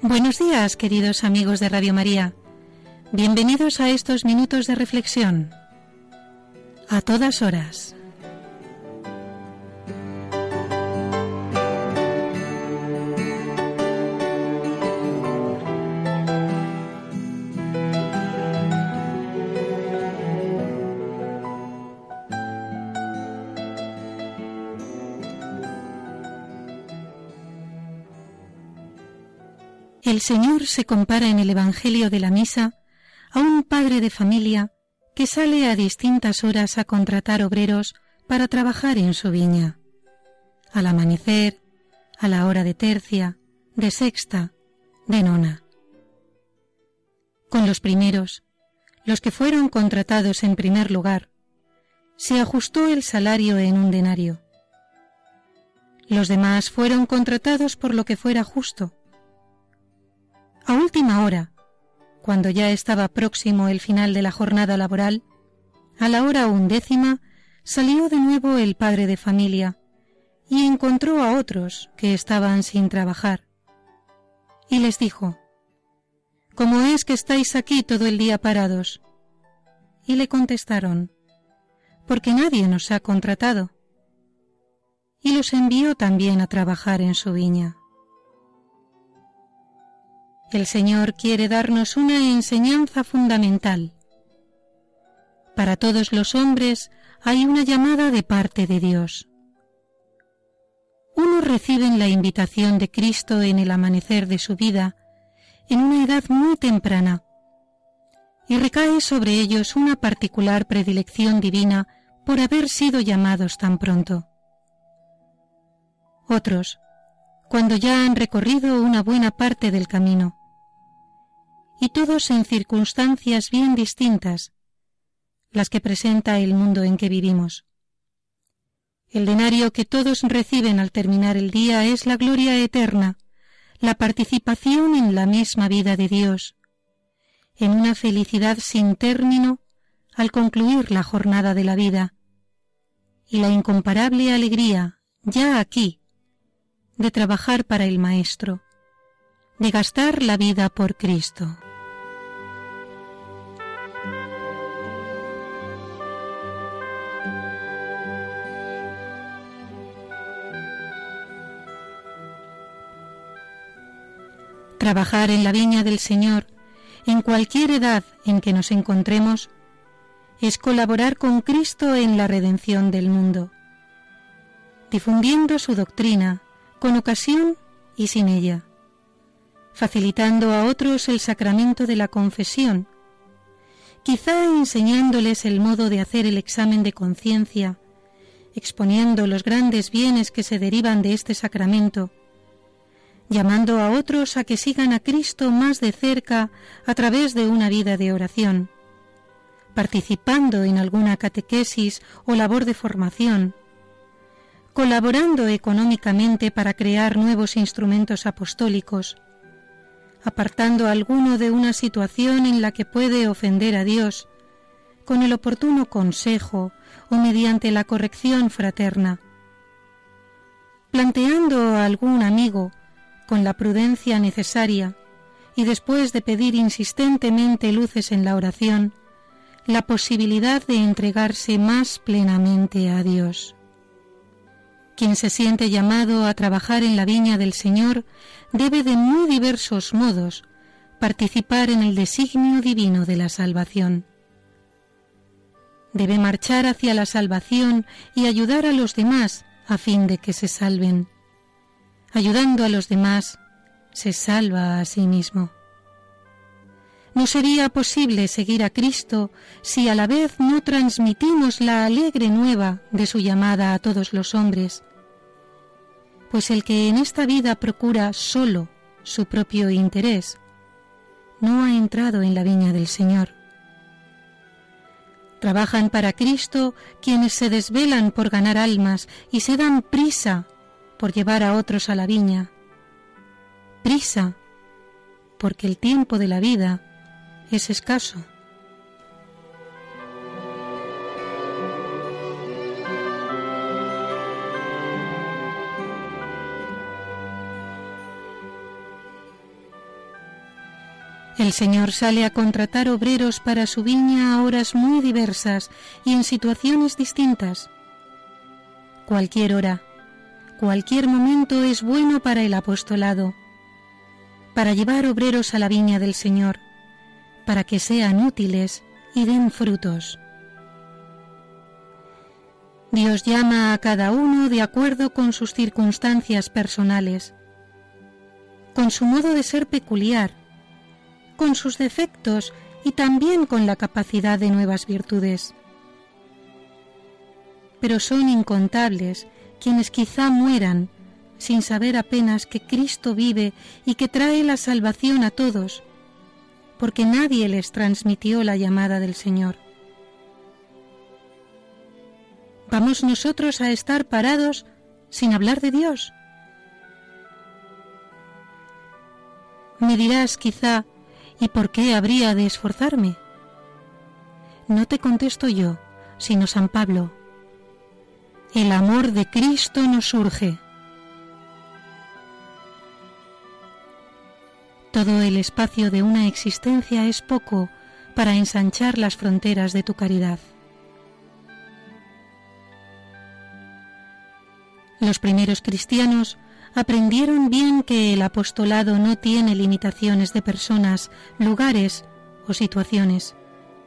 Buenos días, queridos amigos de Radio María. Bienvenidos a estos minutos de reflexión. A todas horas. El Señor se compara en el Evangelio de la Misa a un padre de familia que sale a distintas horas a contratar obreros para trabajar en su viña. Al amanecer, a la hora de tercia, de sexta, de nona. Con los primeros, los que fueron contratados en primer lugar, se ajustó el salario en 1 denario. Los demás fueron contratados por lo que fuera justo. A última hora, cuando ya estaba próximo el final de la jornada laboral, a la hora 11, salió de nuevo el padre de familia y encontró a otros que estaban sin trabajar. Y les dijo: ¿Cómo es que estáis aquí todo el día parados? Y le contestaron: porque nadie nos ha contratado. Y los envió también a trabajar en su viña. El Señor quiere darnos una enseñanza fundamental. Para todos los hombres hay una llamada de parte de Dios. Unos reciben la invitación de Cristo en el amanecer de su vida, en una edad muy temprana, y recae sobre ellos una particular predilección divina por haber sido llamados tan pronto. Otros, cuando ya han recorrido una buena parte del camino, y todos en circunstancias bien distintas, las que presenta el mundo en que vivimos. El denario que todos reciben al terminar el día es la gloria eterna, la participación en la misma vida de Dios, en una felicidad sin término al concluir la jornada de la vida, y la incomparable alegría, ya aquí, de trabajar para el Maestro, de gastar la vida por Cristo. Trabajar en la viña del Señor, en cualquier edad en que nos encontremos, es colaborar con Cristo en la redención del mundo, difundiendo su doctrina, con ocasión y sin ella, facilitando a otros el sacramento de la confesión, quizá enseñándoles el modo de hacer el examen de conciencia, exponiendo los grandes bienes que se derivan de este sacramento, llamando a otros a que sigan a Cristo más de cerca a través de una vida de oración, participando en alguna catequesis o labor de formación, colaborando económicamente para crear nuevos instrumentos apostólicos, apartando a alguno de una situación en la que puede ofender a Dios, con el oportuno consejo o mediante la corrección fraterna, planteando a algún amigo con la prudencia necesaria y después de pedir insistentemente luces en la oración, la posibilidad de entregarse más plenamente a Dios. Quien se siente llamado a trabajar en la viña del Señor debe de muy diversos modos participar en el designio divino de la salvación. Debe marchar hacia la salvación y ayudar a los demás a fin de que se salven. Ayudando a los demás, se salva a sí mismo. No sería posible seguir a Cristo si a la vez no transmitimos la alegre nueva de su llamada a todos los hombres, pues el que en esta vida procura solo su propio interés, no ha entrado en la viña del Señor. Trabajan para Cristo quienes se desvelan por ganar almas y se dan prisa por llevar a otros a la viña. Prisa, porque el tiempo de la vida es escaso. El Señor sale a contratar obreros para su viña a horas muy diversas y en situaciones distintas. Cualquier hora, cualquier momento es bueno para el apostolado, para llevar obreros a la viña del Señor, para que sean útiles y den frutos. Dios llama a cada uno de acuerdo con sus circunstancias personales, con su modo de ser peculiar, con sus defectos y también con la capacidad de nuevas virtudes. Pero son incontables quienes quizá mueran sin saber apenas que Cristo vive y que trae la salvación a todos, porque nadie les transmitió la llamada del Señor. ¿Vamos nosotros a estar parados sin hablar de Dios? Me dirás quizá, ¿y por qué habría de esforzarme? No te contesto yo, sino San Pablo. El amor de Cristo nos urge. Todo el espacio de una existencia es poco para ensanchar las fronteras de tu caridad. Los primeros cristianos aprendieron bien que el apostolado no tiene limitaciones de personas, lugares o situaciones.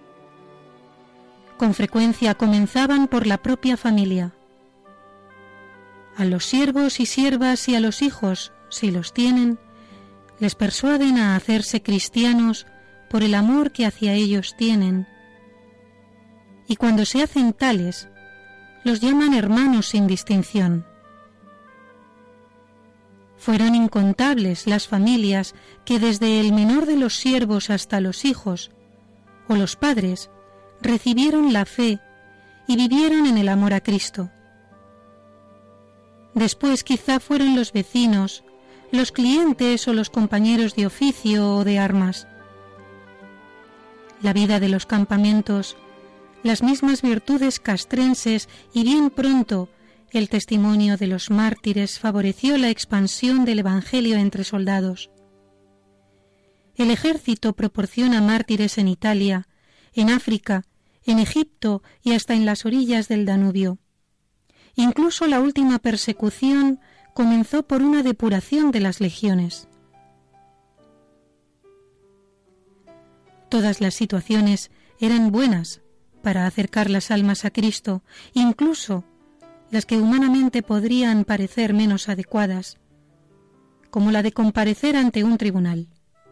Con frecuencia comenzaban por la propia familia. A los siervos y siervas y a los hijos, si los tienen, les persuaden a hacerse cristianos por el amor que hacia ellos tienen. Y cuando se hacen tales, los llaman hermanos sin distinción. Fueron incontables las familias que desde el menor de los siervos hasta los hijos, o los padres, recibieron la fe y vivieron en el amor a Cristo. Después quizá fueron los vecinos, los clientes o los compañeros de oficio o de armas. La vida de los campamentos, las mismas virtudes castrenses y bien pronto el testimonio de los mártires favoreció la expansión del Evangelio entre soldados. El ejército proporciona mártires en Italia, en África, en Egipto y hasta en las orillas del Danubio. Incluso la última persecución comenzó por una depuración de las legiones. Todas las situaciones eran buenas para acercar las almas a Cristo, incluso las que humanamente podrían parecer menos adecuadas, como la de comparecer ante un tribunal.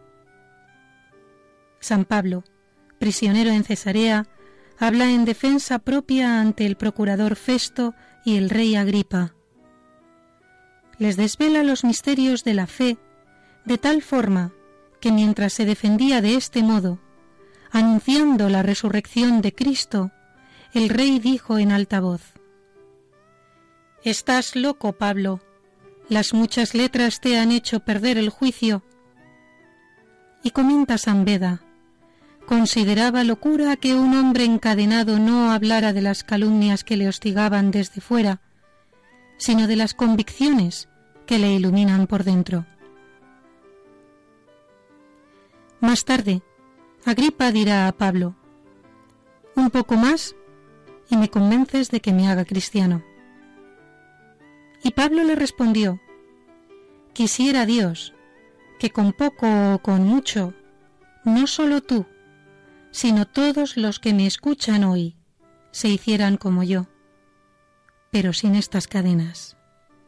San Pablo, prisionero en Cesarea, habla en defensa propia ante el procurador Festo y el rey Agripa. Les desvela los misterios de la fe de tal forma que mientras se defendía de este modo, anunciando la resurrección de Cristo, el rey dijo en alta voz: «Estás loco, Pablo, las muchas letras te han hecho perder el juicio». Y comenta San Beda: «Consideraba locura que un hombre encadenado no hablara de las calumnias que le hostigaban desde fuera, sino de las convicciones que le iluminan por dentro». Más tarde, Agripa dirá a Pablo: «Un poco más y me convences de que me haga cristiano». Y Pablo le respondió: «Quisiera Dios que con poco o con mucho, no solo tú, sino todos los que me escuchan hoy, se hicieran como yo, pero sin estas cadenas».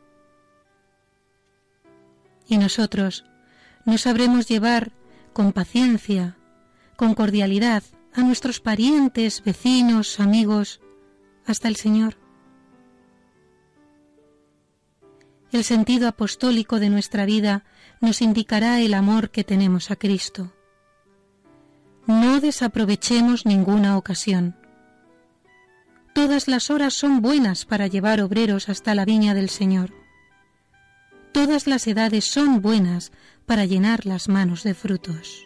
Y nosotros no sabremos llevar con paciencia, con cordialidad, a nuestros parientes, vecinos, amigos, hasta el Señor. El sentido apostólico de nuestra vida nos indicará el amor que tenemos a Cristo. No desaprovechemos ninguna ocasión. Todas las horas son buenas para llevar obreros hasta la viña del Señor. Todas las edades son buenas para llenar las manos de frutos.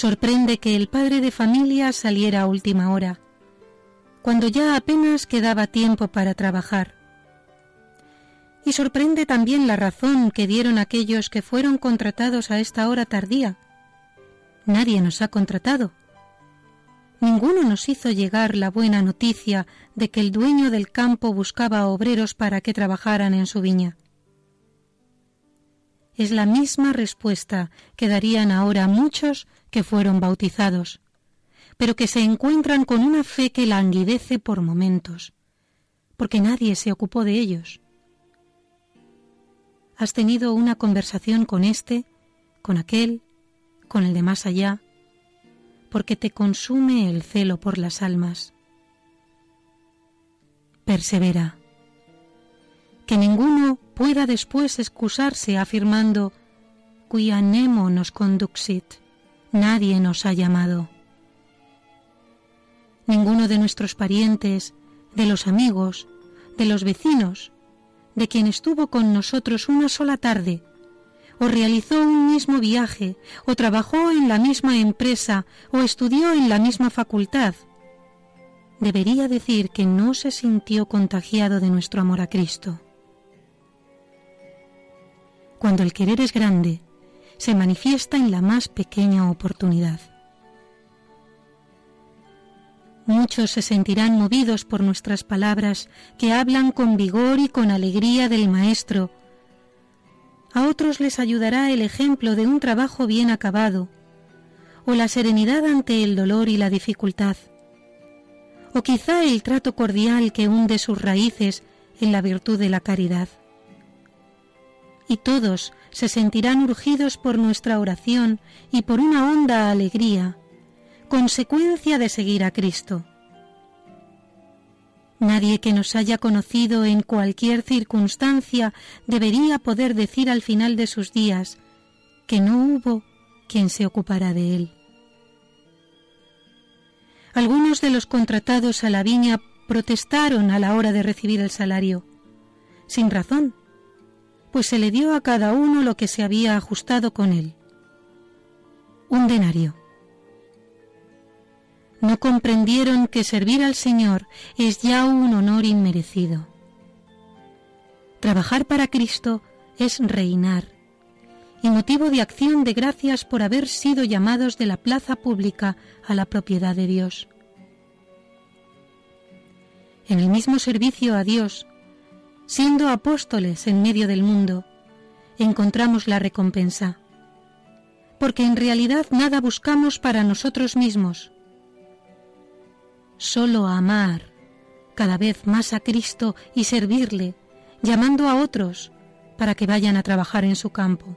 Sorprende que el padre de familia saliera a última hora, cuando ya apenas quedaba tiempo para trabajar. Y sorprende también la razón que dieron aquellos que fueron contratados a esta hora tardía. Nadie nos ha contratado. Ninguno nos hizo llegar la buena noticia de que el dueño del campo buscaba obreros para que trabajaran en su viña. Es la misma respuesta que darían ahora muchos que fueron bautizados, pero que se encuentran con una fe que languidece por momentos, porque nadie se ocupó de ellos. Has tenido una conversación con este, con aquel, con el de más allá, porque te consume el celo por las almas. Persevera. Que ninguno pueda después excusarse afirmando «Quia nemo nos conduxit», nadie nos ha llamado. Ninguno de nuestros parientes, de los amigos, de los vecinos, de quien estuvo con nosotros una sola tarde, o realizó un mismo viaje, o trabajó en la misma empresa, o estudió en la misma facultad, debería decir que no se sintió contagiado de nuestro amor a Cristo. Cuando el querer es grande, se manifiesta en la más pequeña oportunidad. Muchos se sentirán movidos por nuestras palabras que hablan con vigor y con alegría del Maestro. A otros les ayudará el ejemplo de un trabajo bien acabado, o la serenidad ante el dolor y la dificultad, o quizá el trato cordial que hunde sus raíces en la virtud de la caridad. Y todos se sentirán urgidos por nuestra oración y por una honda alegría, consecuencia de seguir a Cristo. Nadie que nos haya conocido en cualquier circunstancia debería poder decir al final de sus días que no hubo quien se ocupara de él. Algunos de los contratados a la viña protestaron a la hora de recibir el salario, sin razón, pues se le dio a cada uno lo que se había ajustado con él: un denario. No comprendieron que servir al Señor es ya un honor inmerecido. Trabajar para Cristo es reinar, y motivo de acción de gracias por haber sido llamados de la plaza pública a la propiedad de Dios. En el mismo servicio a Dios, siendo apóstoles en medio del mundo, encontramos la recompensa, porque en realidad nada buscamos para nosotros mismos, solo amar cada vez más a Cristo y servirle, llamando a otros para que vayan a trabajar en su campo.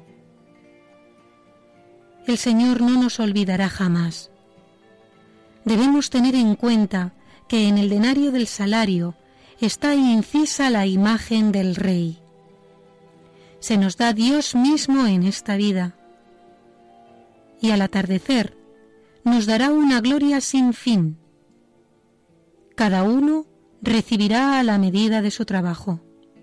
El Señor no nos olvidará jamás. Debemos tener en cuenta que en el denario del salario está incisa la imagen del Rey. Se nos da Dios mismo en esta vida, y al atardecer nos dará una gloria sin fin. Cada uno recibirá a la medida de su trabajo.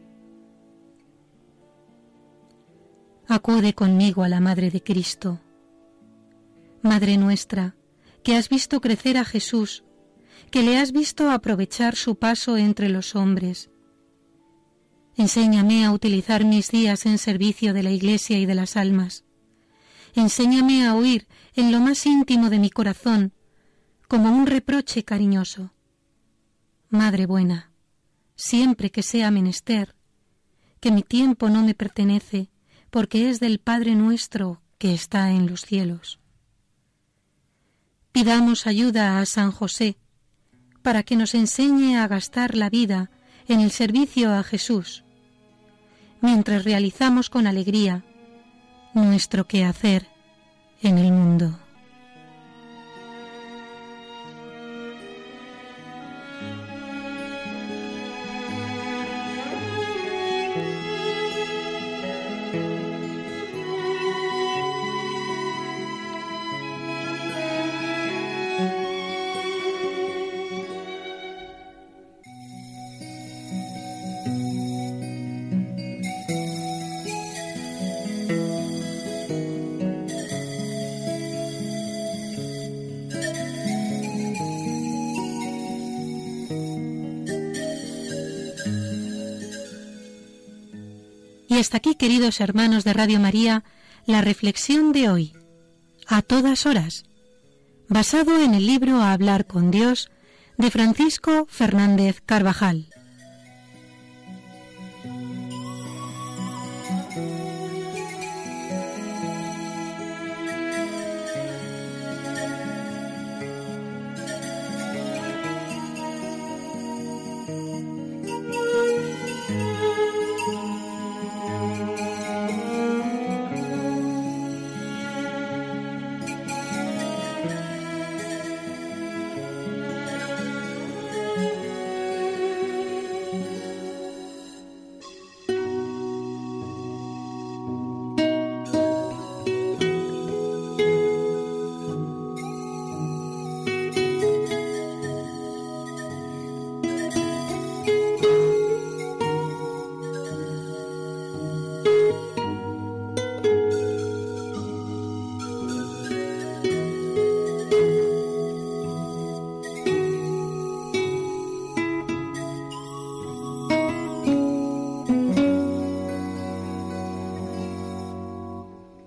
Acude conmigo a la Madre de Cristo. Madre nuestra, que has visto crecer a Jesús, que le has visto aprovechar su paso entre los hombres. Enséñame a utilizar mis días en servicio de la Iglesia y de las almas. Enséñame a oír en lo más íntimo de mi corazón, como un reproche cariñoso: Madre buena, siempre que sea menester, que mi tiempo no me pertenece, porque es del Padre nuestro que está en los cielos. Pidamos ayuda a San José, para que nos enseñe a gastar la vida en el servicio a Jesús, mientras realizamos con alegría nuestro quehacer en el mundo. hasta aquí, queridos hermanos de Radio María, la reflexión de hoy, a todas horas, basado en el libro A hablar con Dios, de Francisco Fernández Carvajal.